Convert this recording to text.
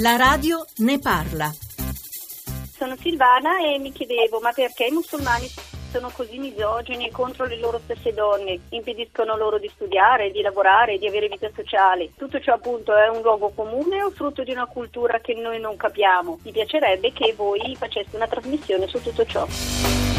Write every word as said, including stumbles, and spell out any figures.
La radio ne parla. Sono Silvana e mi chiedevo, ma perché i musulmani sono così misogini contro le loro stesse donne, impediscono loro di studiare, di lavorare, di avere vita sociale? Tutto ciò appunto è un luogo comune o frutto di una cultura che noi non capiamo? Mi piacerebbe che voi faceste una trasmissione su tutto ciò.